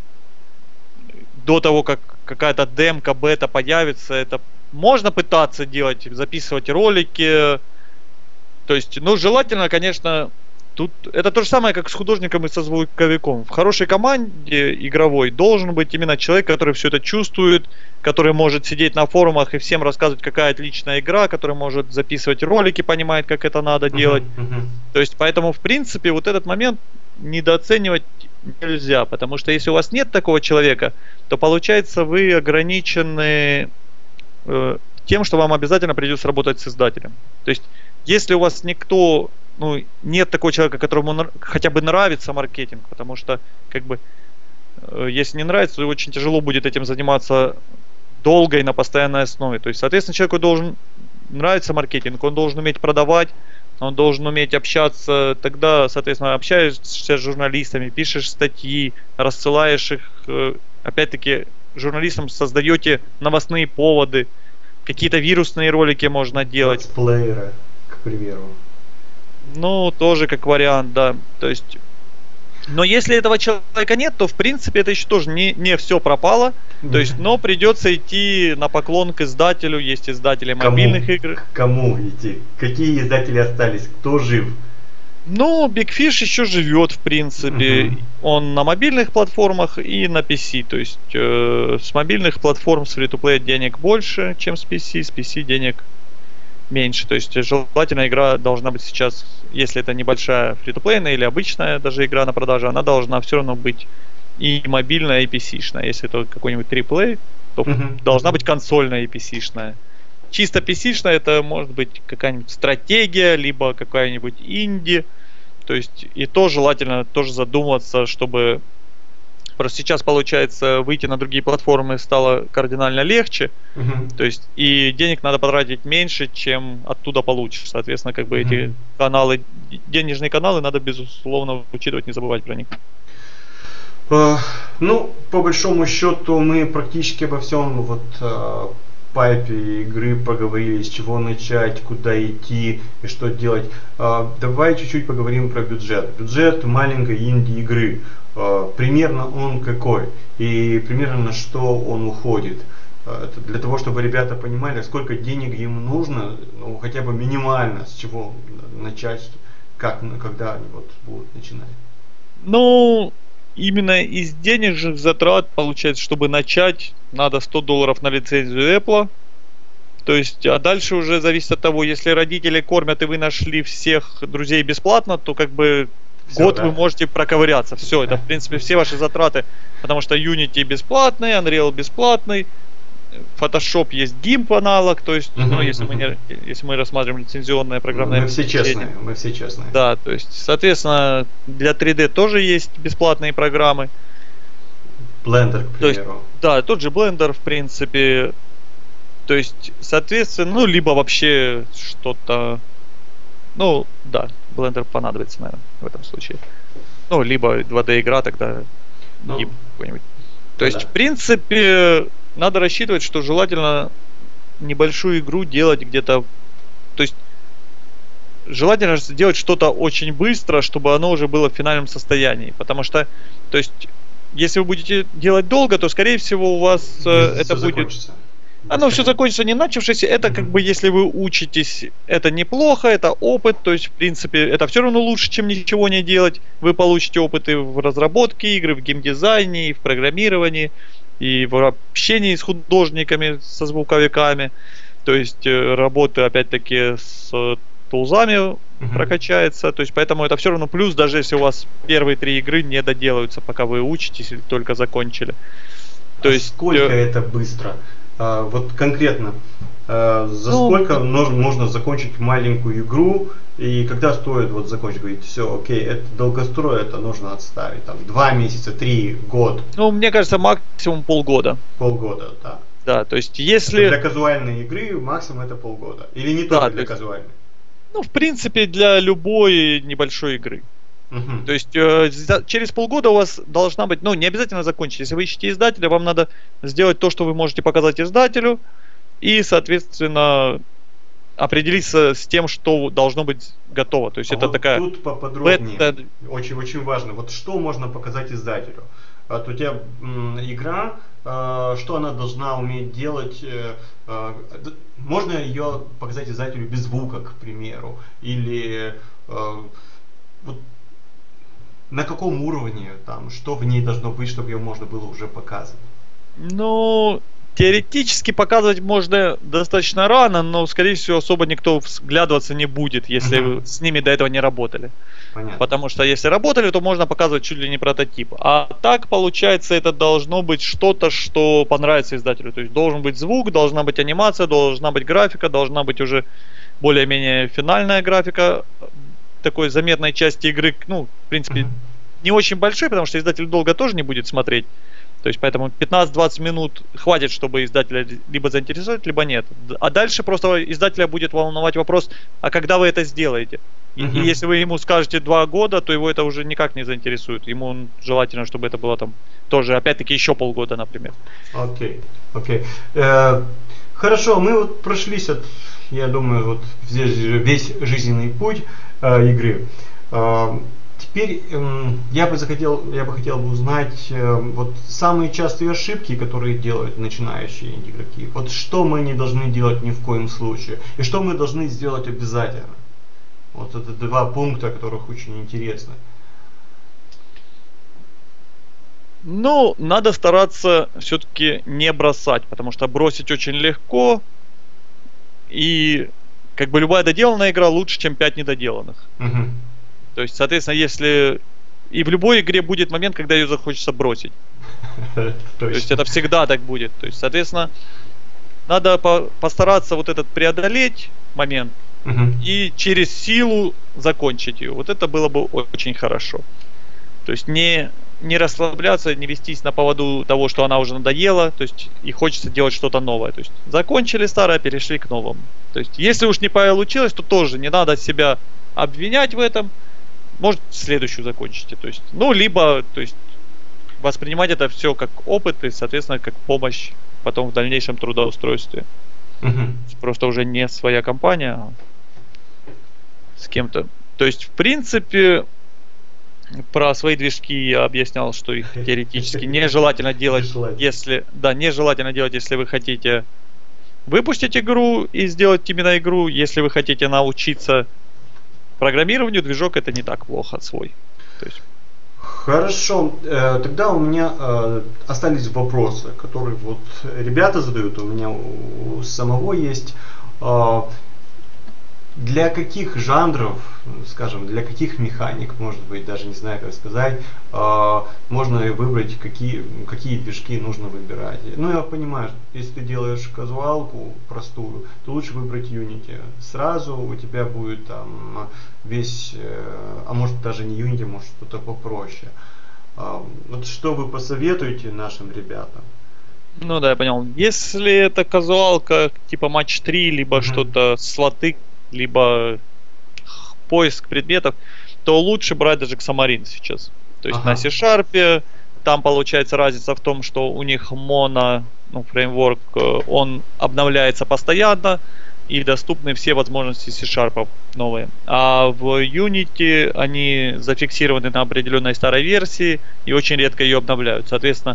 до того, как какая-то демка, бета появится, это можно пытаться делать, записывать ролики. То есть, ну, желательно, конечно, тут это то же самое, как с художником и со звуковиком. В хорошей команде игровой должен быть именно человек, который все это чувствует, который может сидеть на форумах и всем рассказывать, какая отличная игра, который может записывать ролики, понимает, как это надо делать. То есть, поэтому, в принципе, вот этот момент недооценивать нельзя, потому что если у вас нет такого человека, то получается вы ограничены тем, что вам обязательно придется работать с издателем. То есть, если у вас никто, ну, нет такого человека, которому хотя бы нравится маркетинг, потому что, как бы, если не нравится, то очень тяжело будет этим заниматься долго и на постоянной основе. То есть, соответственно, человеку должен нравиться маркетинг, он должен уметь продавать, он должен уметь общаться. Тогда, соответственно, общаешься с журналистами, пишешь статьи, рассылаешь их, опять-таки, журналистам создаете новостные поводы, какие-то вирусные ролики можно делать. Летсплееры, к примеру. Ну, тоже как вариант, да. То есть, но если этого человека нет, то в принципе это еще тоже не все пропало. То есть, но придется идти на поклон к издателю. Есть издатели мобильных игр. К кому идти? Какие издатели остались? Кто жив? Ну, Big Fish еще живет, в принципе. Он на мобильных платформах и на PC. То есть с мобильных платформ с free-to-play денег больше, чем с PC денег меньше. То есть желательно игра должна быть сейчас, если это небольшая фри-то-плейная или обычная даже игра на продажу, она должна все равно быть и мобильная, и PC-шная. Если это какой-нибудь AAA, то должна быть консольная и PC-шная. Чисто PC-шная это может быть какая-нибудь стратегия, либо какая-нибудь инди. То есть и то желательно тоже задуматься, чтобы... Просто сейчас, получается, выйти на другие платформы стало кардинально легче. То есть и денег надо потратить меньше, чем оттуда получишь. Соответственно, как бы эти каналы, денежные каналы надо, безусловно, учитывать, не забывать про них. Ну, по большому счету, мы практически обо всем пайпе игры поговорили, с чего начать, куда идти и что делать. Давай чуть-чуть поговорим про бюджет. Бюджет маленькой инди-игры. Примерно он какой? И примерно на что он уходит? Это для того, чтобы ребята понимали, сколько денег им нужно, ну, хотя бы минимально, с чего начать, когда они будут начинать. Ну, именно из денежных затрат, получается, чтобы начать, надо $100 на лицензию Apple. То То есть, а дальше уже зависит от того, если родители кормят и вы нашли всех друзей бесплатно, то как бы Всё, год да. вы можете проковыряться. Все, это в принципе все ваши затраты, потому что Unity бесплатный, Unreal бесплатный, Photoshop есть GIMP аналог, то есть, ну, если мы рассматриваем лицензионное программное Мы все обеспечение. честные, мы все честные. Да, то есть, соответственно, для 3D тоже есть бесплатные программы. Blender, к То есть, примеру. да, тот же Blender, в принципе. То есть, соответственно, ну, либо вообще что-то... Ну, да, Blender понадобится, наверное, в этом случае. Ну, либо 2D-игра, тогда Ну, GIMP какой-нибудь. То есть, да. в принципе, надо рассчитывать, что желательно небольшую игру делать где-то... То есть, желательно сделать что-то очень быстро, чтобы оно уже было в финальном состоянии. Потому что, то есть, если вы будете делать долго, то, скорее всего, у вас это Всё будет... закончится. Оно все закончится не начавшись. Это как бы, если вы учитесь, это неплохо, это опыт. То есть, в принципе, это все равно лучше, чем ничего не делать. Вы получите опыт и в разработке игры, в геймдизайне, и в программировании, и в общении с художниками, со звуковиками. То есть, работа, опять-таки, с тулзами прокачается. То есть, поэтому это все равно плюс, даже если у вас первые 3 игры не доделаются, пока вы учитесь или только закончили. То есть, сколько это быстро? Вот конкретно, за сколько можно закончить маленькую игру, и когда стоит вот закончить, говорить, все, окей, это долгострой, это нужно отставить, там, 2 месяца, 3, год? Ну, мне кажется, максимум полгода. Полгода, да. Да, то есть если... Для казуальной игры максимум это полгода, или не только для казуальной? Ну, в принципе, для любой небольшой игры. То есть через полгода у вас должна быть, ну, не обязательно закончить. Если вы ищете издателя, вам надо сделать то, что вы можете показать издателю, и, соответственно, определиться с тем, что должно быть готово. То есть это вот такая... Тут поподробнее. Очень важно. Вот что можно показать издателю? Вот у тебя игра, что она должна уметь делать? Можно ее показать издателю без звука, к примеру, или вот на каком уровне, там, что в ней должно быть, чтобы ее можно было уже показывать? Ну, теоретически показывать можно достаточно рано, но, скорее всего, особо никто вглядываться не будет, если вы с ними до этого не работали. Понятно. Потому что если работали, то можно показывать чуть ли не прототип. А так, получается, это должно быть что-то, что понравится издателю. То есть должен быть звук, должна быть анимация, должна быть графика, должна быть уже более-менее финальная графика такой заметной части игры. Ну, в принципе, не очень большой, потому что издатель долго тоже не будет смотреть. То есть поэтому 15-20 минут хватит, чтобы издателя либо заинтересовать, либо нет. А дальше просто издателя будет волновать вопрос, а когда вы это сделаете? И если вы ему скажете 2 года, то его это уже никак не заинтересует. Ему желательно, чтобы это было там тоже, опять-таки, еще полгода, например. Окей. Хорошо, мы вот прошлись от, я думаю, вот весь жизненный путь игры. Теперь я бы хотел узнать вот самые частые ошибки, которые делают начинающие игроки. Вот что мы не должны делать ни в коем случае, и что мы должны сделать обязательно. Вот это 2 пункта, которых очень интересно. Ну, надо стараться все-таки не бросать, потому что бросить очень легко, и как бы любая доделанная игра лучше, чем 5 недоделанных. То есть, соответственно, если... И в любой игре будет момент, когда ее захочется бросить. То есть это всегда так будет. То есть, соответственно, надо постараться вот этот преодолеть момент и через силу закончить ее. Вот это было бы очень хорошо. То есть не расслабляться, не вестись на поводу того, что она уже надоела, то есть и хочется делать что-то новое. То есть закончили старое, перешли к новому. То есть если уж не получилось, то тоже не надо себя обвинять в этом. Может, следующую закончите. То есть, ну, либо, то есть, воспринимать это все как опыт и, соответственно, как помощь потом в дальнейшем трудоустройстве. Просто уже не своя компания, а с кем-то. То есть, в принципе, про свои движки я объяснял, что их теоретически нежелательно делать, нежелательно делать, если вы хотите выпустить игру и сделать именно игру. Если вы хотите научиться программированию, движок это не так плохо свой. То есть... Хорошо, тогда у меня остались вопросы, которые вот ребята задают, у меня у самого есть. Э, Для каких жанров, скажем, для каких механик, может быть, даже не знаю, как сказать, можно выбрать, какие движки нужно выбирать. Ну, я понимаю, что если ты делаешь казуалку простую, то лучше выбрать Unity. Сразу у тебя будет там весь, а может даже не Unity, может что-то попроще. Вот что вы посоветуете нашим ребятам? Ну да, я понял. Если это казуалка типа матч 3, либо Мгм. что-то слоты, либо поиск предметов, то лучше брать даже Xamarin сейчас. То есть на Ага. C-Sharp там получается разница в том, что у них моно, ну, фреймворк, он обновляется постоянно и доступны все возможности C-Sharp новые. А в Unity они зафиксированы на определенной старой версии и очень редко ее обновляют. Соответственно,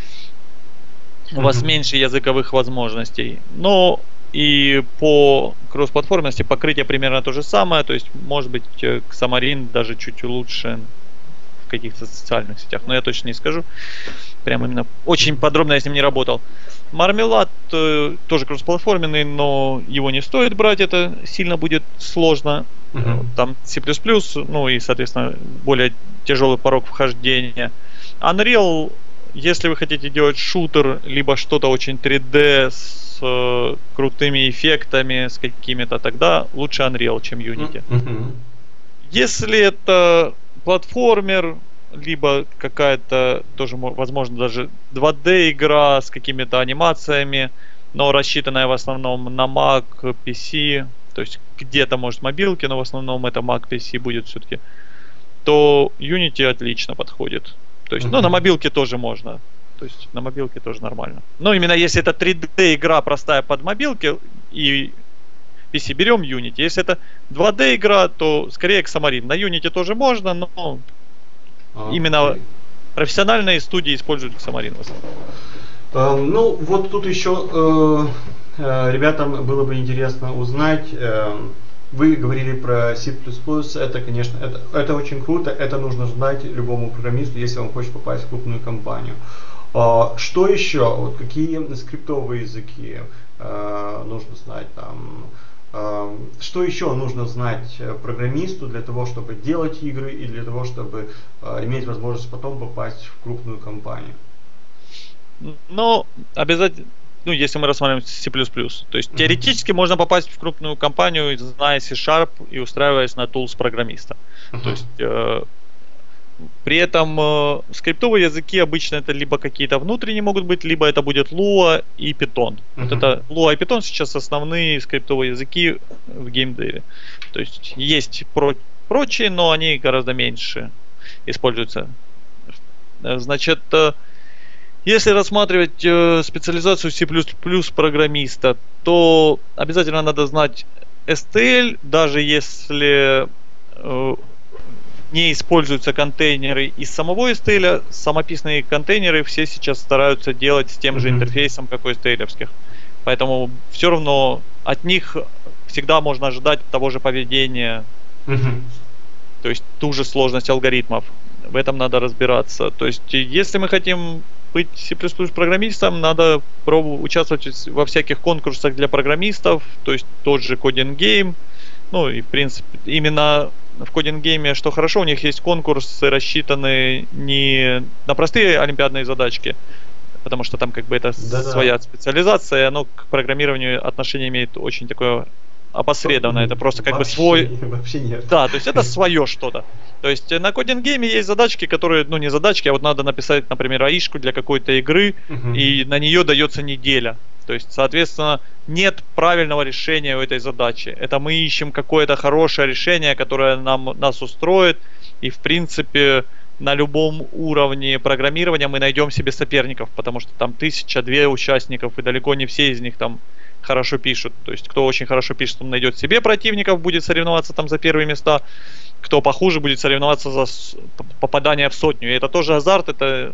у вас Мгм. меньше языковых возможностей. Но и по кроссплатформенности покрытие примерно то же самое. То есть, может быть, Xamarin даже чуть лучше в каких-то социальных сетях. Но я точно не скажу. Прям именно очень подробно я с ним не работал. Мармелад тоже кроссплатформенный, но его не стоит брать. Это сильно будет сложно. Мгм. Там C++, ну и, соответственно, более тяжелый порог вхождения. Unreal, если вы хотите делать шутер, либо что-то очень 3D с крутыми эффектами, с какими-то, тогда лучше Unreal, чем Unity. Мгм. Если это платформер, либо какая-то тоже, возможно, даже 2D игра с какими-то анимациями, но рассчитанная в основном на Mac, PC, то есть где-то может мобилки, но в основном это Mac, PC будет все-таки, то Unity отлично подходит. То есть, ну, на Мгм. мобилке тоже можно. То есть на мобилке тоже нормально. Но именно если это 3D игра простая под мобилки и PC, берем Unity. Если это 2D игра, то скорее Xamarin. На Unity тоже можно, но именно Окей. профессиональные студии используют Xamarin в основном. Ну, вот тут еще ребятам было бы интересно узнать. Вы говорили про C++, это, конечно, это очень круто, это нужно знать любому программисту, если он хочет попасть в крупную компанию. Что еще? Вот какие скриптовые языки нужно знать там? Что еще нужно знать программисту для того, чтобы делать игры и для того, чтобы иметь возможность потом попасть в крупную компанию? Но обязательно, ну, если мы рассматриваем C++, то есть Мгм. теоретически можно попасть в крупную компанию, зная C-Sharp и устраиваясь на tools программиста. То Мгм. есть при этом скриптовые языки обычно это либо какие-то внутренние могут быть, либо это будет Lua и Python. Вот Мгм. это Lua и Python сейчас основные скриптовые языки в геймдеве. То есть прочие, но они гораздо меньше используются. Значит, если рассматривать специализацию C++ программиста, то обязательно надо знать STL, даже если не используются контейнеры из самого STL, самописные контейнеры все сейчас стараются делать с тем же Мгм. интерфейсом, как у STL-овских. Поэтому все равно от них всегда можно ожидать того же поведения, Мгм. то есть ту же сложность алгоритмов. В этом надо разбираться. То есть если мы хотим быть C++ программистом, надо участвовать во всяких конкурсах для программистов, то есть тот же Coding Game. Ну и в принципе именно в Coding Game, что хорошо, у них есть конкурсы, рассчитанные не на простые олимпиадные задачки, потому что там как бы это Да-да. своя специализация, и оно к программированию отношение имеет очень такое опосредованное. Это просто как бы Вообще, свой. вообще нет. Да, то есть это свое что-то. То есть на Coding Game есть задачки, которые, ну не задачки, а вот надо написать, например, аишку для какой-то игры, Мгм. и на нее дается неделя. То есть, соответственно, нет правильного решения у этой задачи. Это мы ищем какое-то хорошее решение, которое нас устроит, и в принципе на любом уровне программирования мы найдем себе соперников, потому что там 1000-2 участников, и далеко не все из них там хорошо пишут. То есть, кто очень хорошо пишет, он найдет себе противников, будет соревноваться там за первые места. Кто похуже, будет соревноваться за попадание в сотню. И это тоже азарт, это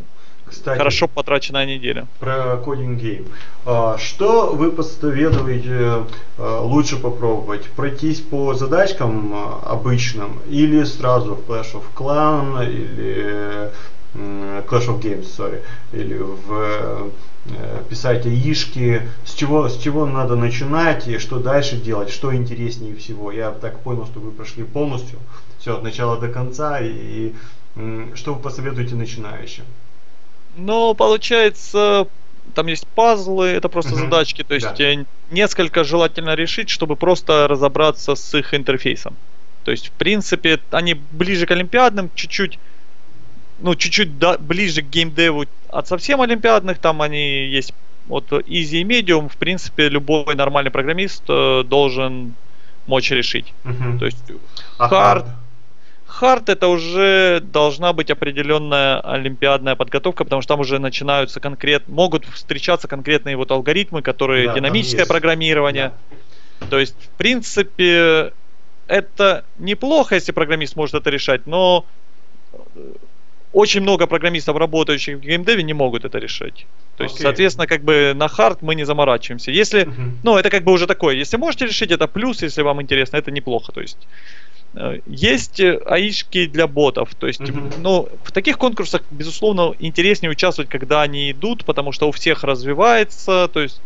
Кстати, хорошо потраченная неделя. про Coding Game. Что вы посоветуете лучше попробовать? Пройтись по задачкам обычным или сразу в Clash of Clans или Clash of Games, или писать АИшки? С чего надо начинать и что дальше делать, что интереснее всего? Я так понял, что вы прошли полностью все от начала до конца, и что вы посоветуете начинающим? Но получается, там есть пазлы, это просто задачки, то есть несколько желательно решить, чтобы просто разобраться с их интерфейсом. То есть, в принципе, они ближе к олимпиадным, чуть-чуть ближе к геймдеву от совсем олимпиадных, там они есть от easy и medium, в принципе, любой нормальный программист должен мочь решить. То есть, Hard это уже должна быть определенная олимпиадная подготовка, потому что там уже начинаются могут встречаться конкретные вот алгоритмы, которые динамическое программирование. Да. То есть, в принципе, это неплохо, если программист может это решать, но очень много программистов, работающих в геймдеве, не могут это решать. То есть, соответственно, как бы на хард мы не заморачиваемся. Если, это как бы уже такое. Если можете решить, это плюс, если вам интересно, это неплохо. То есть, есть АИшки для ботов. То есть, в таких конкурсах, безусловно, интереснее участвовать, когда они идут, потому что у всех развивается, то есть,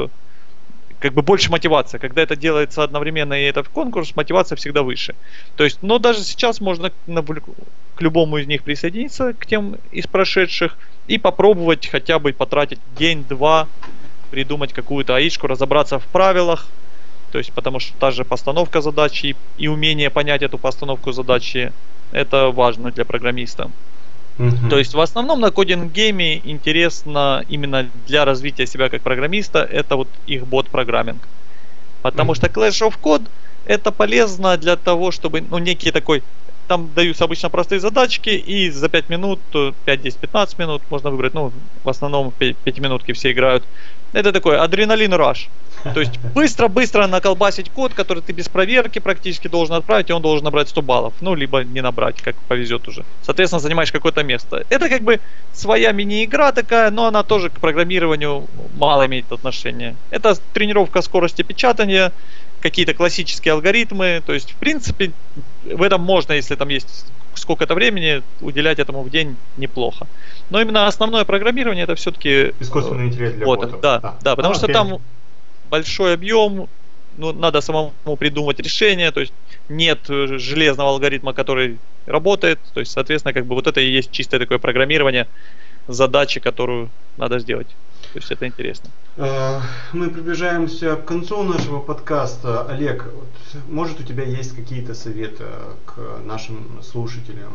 как бы больше мотивация. Когда это делается одновременно и это в конкурс, мотивация всегда выше. То есть, но даже сейчас можно к любому из них присоединиться, к тем из прошедших, и попробовать хотя бы потратить день-два, придумать какую-то АИшку, разобраться в правилах. То есть, потому что та же постановка задачи и умение понять эту постановку задачи, это важно для программиста. То есть, в основном на Coding Game интересно именно для развития себя как программиста, это вот их бот-программинг. Потому что Clash of Code это полезно для того, чтобы, некий такой, там даются обычно простые задачки, и за 5 минут, 5, 10, 15 минут можно выбрать, в основном 5 минутки все играют. Это такой адреналин-раш. То есть быстро-быстро наколбасить код, который ты без проверки практически должен отправить, и он должен набрать 100 баллов. Либо не набрать, как повезет уже. Соответственно, занимаешь какое-то место. Это как бы своя мини-игра такая, но она тоже к программированию мало имеет отношения. Это тренировка скорости печатания, какие-то классические алгоритмы. То есть, в принципе, в этом можно, если там есть сколько-то времени, уделять этому в день неплохо. Но именно основное программирование это все-таки искусственный интеллект для ботов. Да, потому что там большой объем, надо самому придумать решение, то есть нет железного алгоритма, который работает, то есть, соответственно, как бы вот это и есть чистое такое программирование задачи, которую надо сделать. То есть это интересно. Мы приближаемся к концу нашего подкаста. Олег, может у тебя есть какие-то советы к нашим слушателям?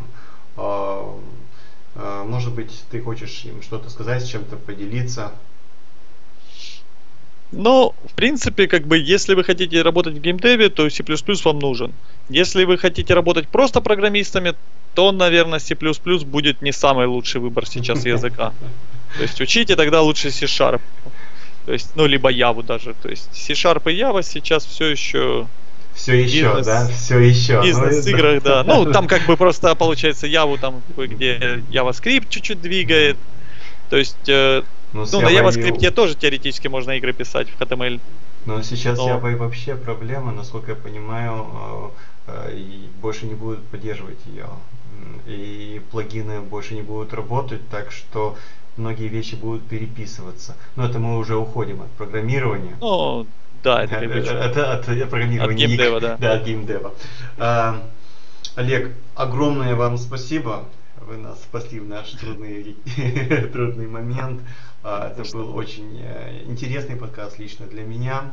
Может быть, ты хочешь им что-то сказать, с чем-то поделиться? В принципе, как бы, если вы хотите работать в геймдеве, то C++ вам нужен. Если вы хотите работать просто программистами, то, наверное, C++ будет не самый лучший выбор сейчас языка. То есть учите тогда лучше C-Sharp. То есть, либо Java даже. То есть C-Sharp и Java сейчас все еще... Все еще, да? Все еще. В бизнес-играх, да. Там как бы просто получается Java, там где JavaScript чуть-чуть двигает. То есть... на JavaScript тоже теоретически можно игры писать в HTML. Но сейчас Java вообще проблема, насколько я понимаю, больше не будут поддерживать ее. И плагины больше не будут работать, так что многие вещи будут переписываться. Но это мы уже уходим от программирования. Да, это как бы от программирования. От геймдева, да. Да, от геймдева. Олег, огромное вам спасибо. Вы нас спасли в наш трудный момент. Это был очень интересный подкаст лично для меня.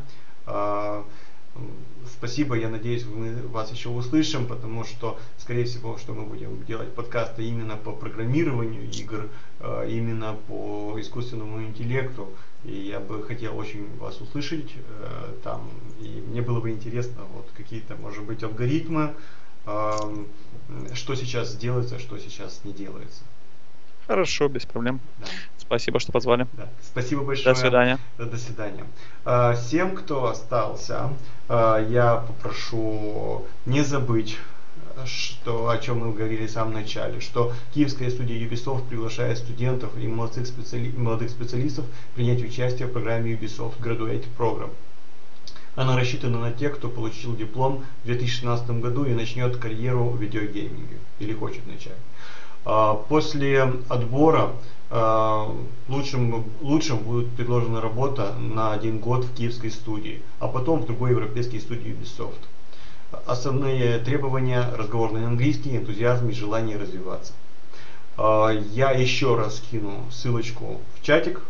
Спасибо, я надеюсь, мы вас еще услышим, потому что, скорее всего, что мы будем делать подкасты именно по программированию игр, именно по искусственному интеллекту. И я бы хотел очень вас услышать там. И мне было бы интересно, какие-то, может быть, алгоритмы, что сейчас делается, что сейчас не делается. Хорошо, без проблем. Да. Спасибо, что позвали. Да. Спасибо большое. До свидания. До свидания. Всем, кто остался, я попрошу не забыть что, о чем мы говорили в самом начале, что киевская студия Ubisoft приглашает студентов и молодых специалистов принять участие в программе Ubisoft Graduate Program. Она рассчитана на тех, кто получил диплом в 2016 году и начнет карьеру в видеогейминге, или хочет начать. После отбора лучшим будет предложена работа на 1 год в киевской студии, а потом в другой европейской студии Ubisoft. Основные требования: разговорный английский, энтузиазм и желание развиваться. Я еще раз кину ссылочку в чатик.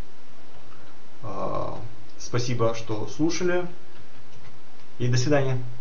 Спасибо, что слушали, и до свидания.